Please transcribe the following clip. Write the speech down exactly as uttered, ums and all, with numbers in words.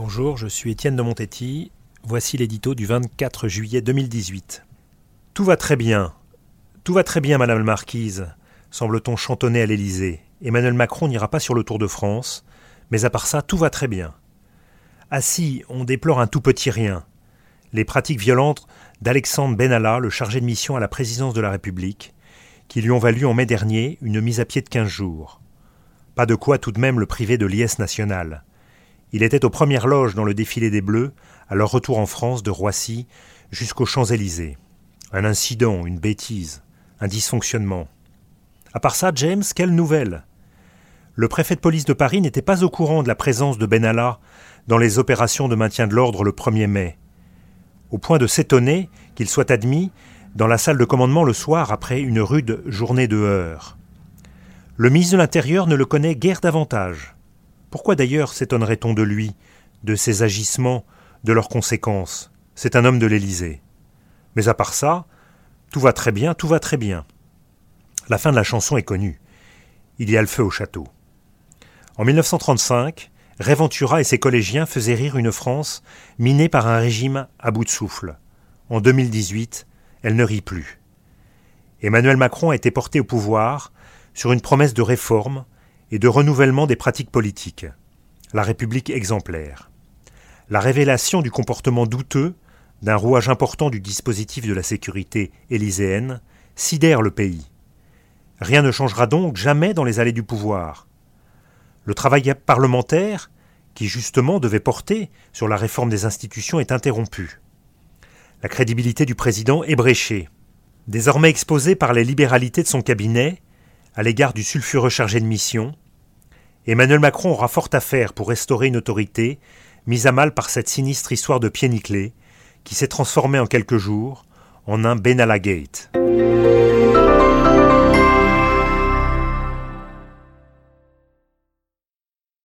Bonjour, je suis Étienne de Montetti. Voici l'édito du vingt-quatre juillet deux mille dix-huit. Tout va très bien. Tout va très bien, Madame la Marquise, semble-t-on chantonner à l'Élysée. Emmanuel Macron n'ira pas sur le Tour de France, mais à part ça, tout va très bien. Ah si, on déplore un tout petit rien. Les pratiques violentes d'Alexandre Benalla, le chargé de mission à la présidence de la République, qui lui ont valu en mai dernier une mise à pied de quinze jours. Pas de quoi tout de même le priver de liesse nationale. Il était aux premières loges dans le défilé des Bleus, à leur retour en France de Roissy jusqu'aux Champs-Élysées. Un incident, une bêtise, un dysfonctionnement. À part ça, James, quelle nouvelle ? Le préfet de police de Paris n'était pas au courant de la présence de Benalla dans les opérations de maintien de l'ordre le premier mai, au point de s'étonner qu'il soit admis dans la salle de commandement le soir après une rude journée de heurts. Le ministre de l'Intérieur ne le connaît guère davantage. Pourquoi d'ailleurs s'étonnerait-on de lui, de ses agissements, de leurs conséquences ? C'est un homme de l'Élysée. Mais à part ça, tout va très bien, tout va très bien. La fin de la chanson est connue. Il y a le feu au château. En mille neuf cent trente-cinq, Ray Ventura et ses collégiens faisaient rire une France minée par un régime à bout de souffle. En deux mille dix-huit, elle ne rit plus. Emmanuel Macron a été porté au pouvoir sur une promesse de réforme et de renouvellement des pratiques politiques. La République exemplaire. La révélation du comportement douteux d'un rouage important du dispositif de la sécurité élyséenne sidère le pays. Rien ne changera donc jamais dans les allées du pouvoir. Le travail parlementaire, qui justement devait porter sur la réforme des institutions, est interrompu. La crédibilité du président est bréchée. Désormais exposé par les libéralités de son cabinet, à l'égard du sulfureux chargé de mission, Emmanuel Macron aura fort à faire pour restaurer une autorité mise à mal par cette sinistre histoire de pied nickelé qui s'est transformée en quelques jours en un Benalla Gate.